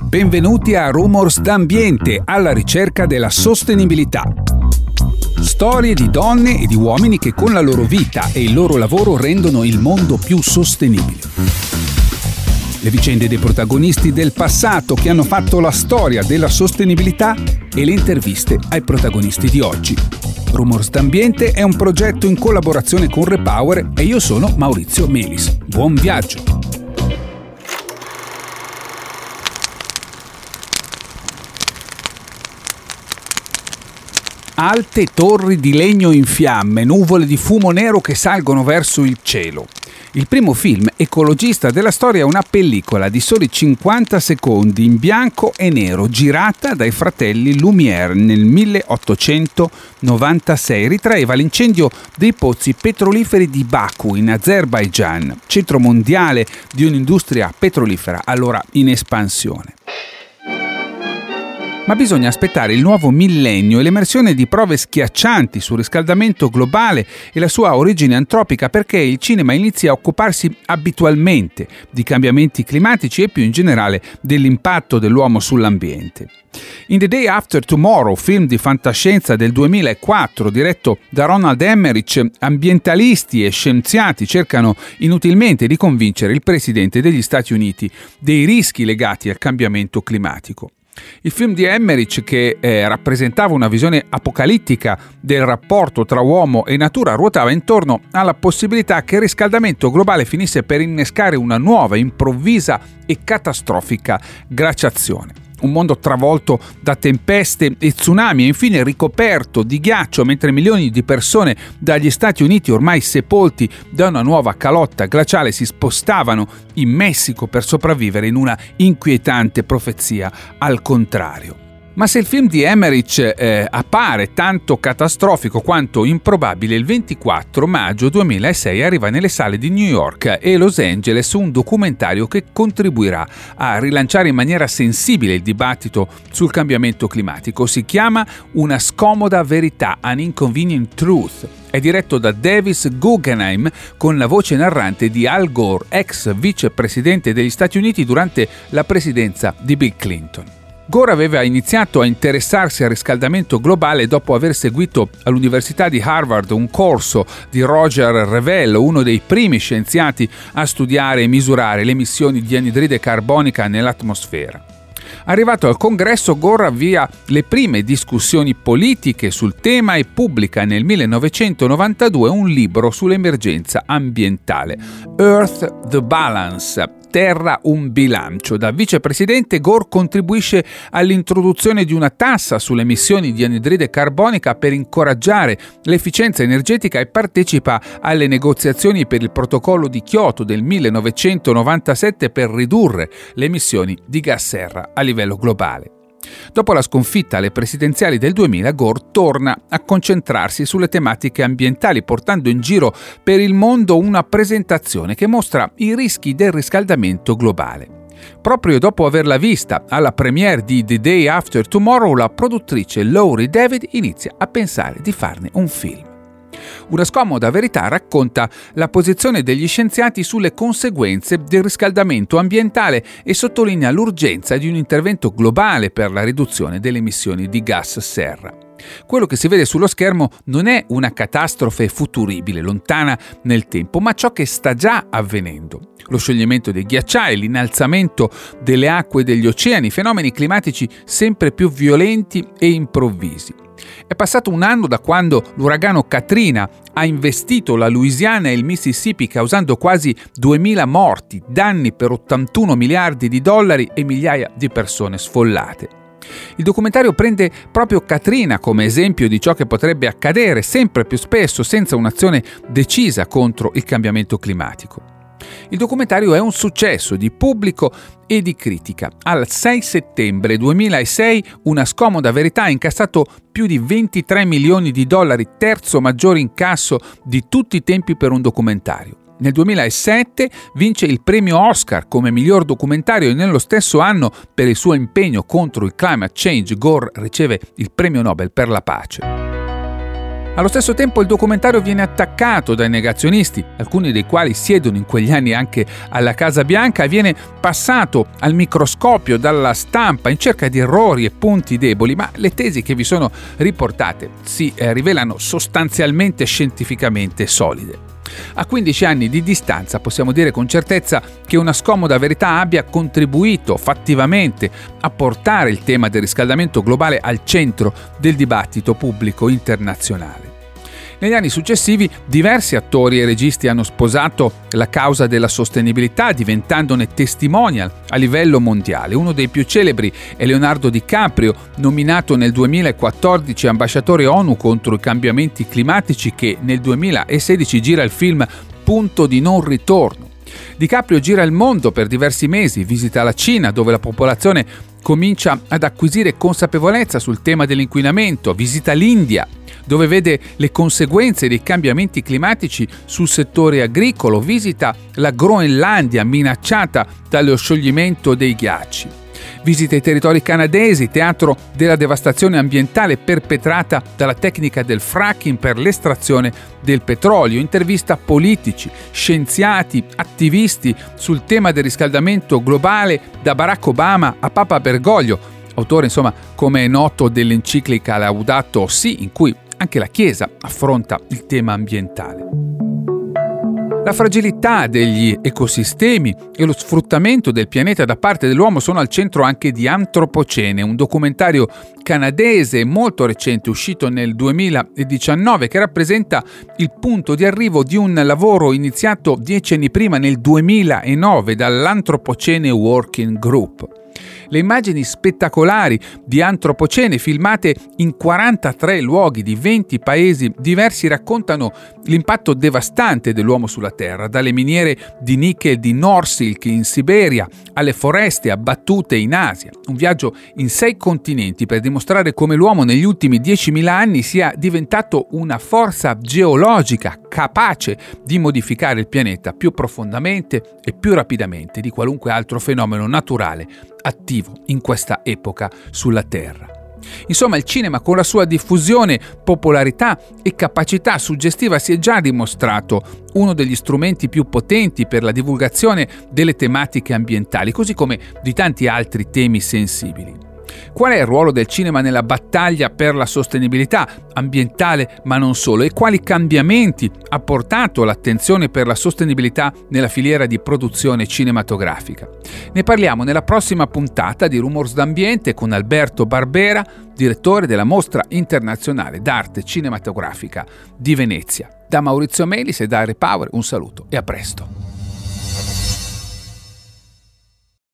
Benvenuti a Rumors d'Ambiente, alla ricerca della sostenibilità. Storie di donne e di uomini che con la loro vita e il loro lavoro rendono il mondo più sostenibile. Le vicende dei protagonisti del passato che hanno fatto la storia della sostenibilità e le interviste ai protagonisti di oggi. Rumors d'Ambiente è un progetto in collaborazione con Repower e io sono Maurizio Melis. Buon viaggio! Alte torri di legno in fiamme, nuvole di fumo nero che salgono verso il cielo. Il primo film ecologista della storia è una pellicola di soli 50 secondi in bianco e nero, girata dai fratelli Lumière nel 1896. Ritraeva l'incendio dei pozzi petroliferi di Baku in Azerbaigian, centro mondiale di un'industria petrolifera allora in espansione. Ma bisogna aspettare il nuovo millennio e l'emersione di prove schiaccianti sul riscaldamento globale e la sua origine antropica perché il cinema inizi a occuparsi abitualmente di cambiamenti climatici e più in generale dell'impatto dell'uomo sull'ambiente. In The Day After Tomorrow, film di fantascienza del 2004 diretto da Roland Emmerich, ambientalisti e scienziati cercano inutilmente di convincere il presidente degli Stati Uniti dei rischi legati al cambiamento climatico. Il film di Emmerich, che rappresentava una visione apocalittica del rapporto tra uomo e natura, ruotava intorno alla possibilità che il riscaldamento globale finisse per innescare una nuova, improvvisa e catastrofica glaciazione. Un mondo travolto da tempeste e tsunami e infine ricoperto di ghiaccio mentre milioni di persone dagli Stati Uniti ormai sepolti da una nuova calotta glaciale si spostavano in Messico per sopravvivere in una inquietante profezia al contrario. Ma se il film di Emmerich appare tanto catastrofico quanto improbabile, il 24 maggio 2006 arriva nelle sale di New York e Los Angeles un documentario che contribuirà a rilanciare in maniera sensibile il dibattito sul cambiamento climatico. Si chiama Una scomoda verità, An Inconvenient Truth. È diretto da Davis Guggenheim con la voce narrante di Al Gore, ex vicepresidente degli Stati Uniti durante la presidenza di Bill Clinton. Gore aveva iniziato a interessarsi al riscaldamento globale dopo aver seguito all'Università di Harvard un corso di Roger Revelle, uno dei primi scienziati a studiare e misurare le emissioni di anidride carbonica nell'atmosfera. Arrivato al congresso, Gore avvia le prime discussioni politiche sul tema e pubblica nel 1992 un libro sull'emergenza ambientale, Earth the Balance, Terra un bilancio. Da vicepresidente Gore contribuisce all'introduzione di una tassa sulle emissioni di anidride carbonica per incoraggiare l'efficienza energetica e partecipa alle negoziazioni per il protocollo di Kyoto del 1997 per ridurre le emissioni di gas serra a livello globale. Dopo la sconfitta alle presidenziali del 2000, Gore torna a concentrarsi sulle tematiche ambientali, portando in giro per il mondo una presentazione che mostra i rischi del riscaldamento globale. Proprio dopo averla vista alla premiere di The Day After Tomorrow, la produttrice Laurie David inizia a pensare di farne un film. Una scomoda verità racconta la posizione degli scienziati sulle conseguenze del riscaldamento ambientale e sottolinea l'urgenza di un intervento globale per la riduzione delle emissioni di gas serra. Quello che si vede sullo schermo non è una catastrofe futuribile, lontana nel tempo, ma ciò che sta già avvenendo. Lo scioglimento dei ghiacciai, l'innalzamento delle acque degli oceani, fenomeni climatici sempre più violenti e improvvisi. È passato un anno da quando l'uragano Katrina ha investito la Louisiana e il Mississippi causando quasi 2000 morti, danni per 81 miliardi di dollari e migliaia di persone sfollate. Il documentario prende proprio Katrina come esempio di ciò che potrebbe accadere sempre più spesso senza un'azione decisa contro il cambiamento climatico. Il documentario è un successo di pubblico e di critica. Al 6 settembre 2006 Una scomoda verità ha incassato più di 23 milioni di dollari, terzo maggiore incasso di tutti i tempi per un documentario. Nel 2007 vince il premio Oscar come miglior documentario e nello stesso anno, per il suo impegno contro il climate change, Gore riceve il premio Nobel per la pace. Allo stesso tempo il documentario viene attaccato dai negazionisti, alcuni dei quali siedono in quegli anni anche alla Casa Bianca, e viene passato al microscopio dalla stampa in cerca di errori e punti deboli, ma le tesi che vi sono riportate si rivelano sostanzialmente scientificamente solide. A 15 anni di distanza possiamo dire con certezza che una scomoda verità abbia contribuito fattivamente a portare il tema del riscaldamento globale al centro del dibattito pubblico internazionale. Negli anni successivi diversi attori e registi hanno sposato la causa della sostenibilità, diventandone testimonial a livello mondiale. Uno dei più celebri è Leonardo DiCaprio, nominato nel 2014 ambasciatore ONU contro i cambiamenti climatici, che nel 2016 gira il film Punto di non ritorno. DiCaprio gira il mondo per diversi mesi, visita la Cina, dove la popolazione comincia ad acquisire consapevolezza sul tema dell'inquinamento, visita l'India, dove vede le conseguenze dei cambiamenti climatici sul settore agricolo, visita la Groenlandia minacciata dallo scioglimento dei ghiacci, visita i territori canadesi, teatro della devastazione ambientale perpetrata dalla tecnica del fracking per l'estrazione del petrolio, intervista politici, scienziati, attivisti sul tema del riscaldamento globale, da Barack Obama a Papa Bergoglio, autore, come è noto, dell'enciclica Laudato Si, in cui anche la Chiesa affronta il tema ambientale. La fragilità degli ecosistemi e lo sfruttamento del pianeta da parte dell'uomo sono al centro anche di Antropocene, un documentario canadese molto recente uscito nel 2019 che rappresenta il punto di arrivo di un lavoro iniziato 10 anni prima, nel 2009, dall'Antropocene Working Group. Le immagini spettacolari di Antropocene, filmate in 43 luoghi di 20 paesi diversi, raccontano l'impatto devastante dell'uomo sulla Terra, dalle miniere di nickel di Norilsk in Siberia alle foreste abbattute in Asia. Un viaggio in 6 continenti per dimostrare come l'uomo negli ultimi 10.000 anni sia diventato una forza geologica capace di modificare il pianeta più profondamente e più rapidamente di qualunque altro fenomeno naturale attivo in questa epoca sulla Terra. Insomma, il cinema, con la sua diffusione, popolarità e capacità suggestiva, si è già dimostrato uno degli strumenti più potenti per la divulgazione delle tematiche ambientali, così come di tanti altri temi sensibili. Qual è il ruolo del cinema nella battaglia per la sostenibilità ambientale, ma non solo? E quali cambiamenti ha portato l'attenzione per la sostenibilità nella filiera di produzione cinematografica? Ne parliamo nella prossima puntata di Rumors d'Ambiente con Alberto Barbera, direttore della Mostra Internazionale d'Arte Cinematografica di Venezia. Da Maurizio Melis e da Repower un saluto e a presto.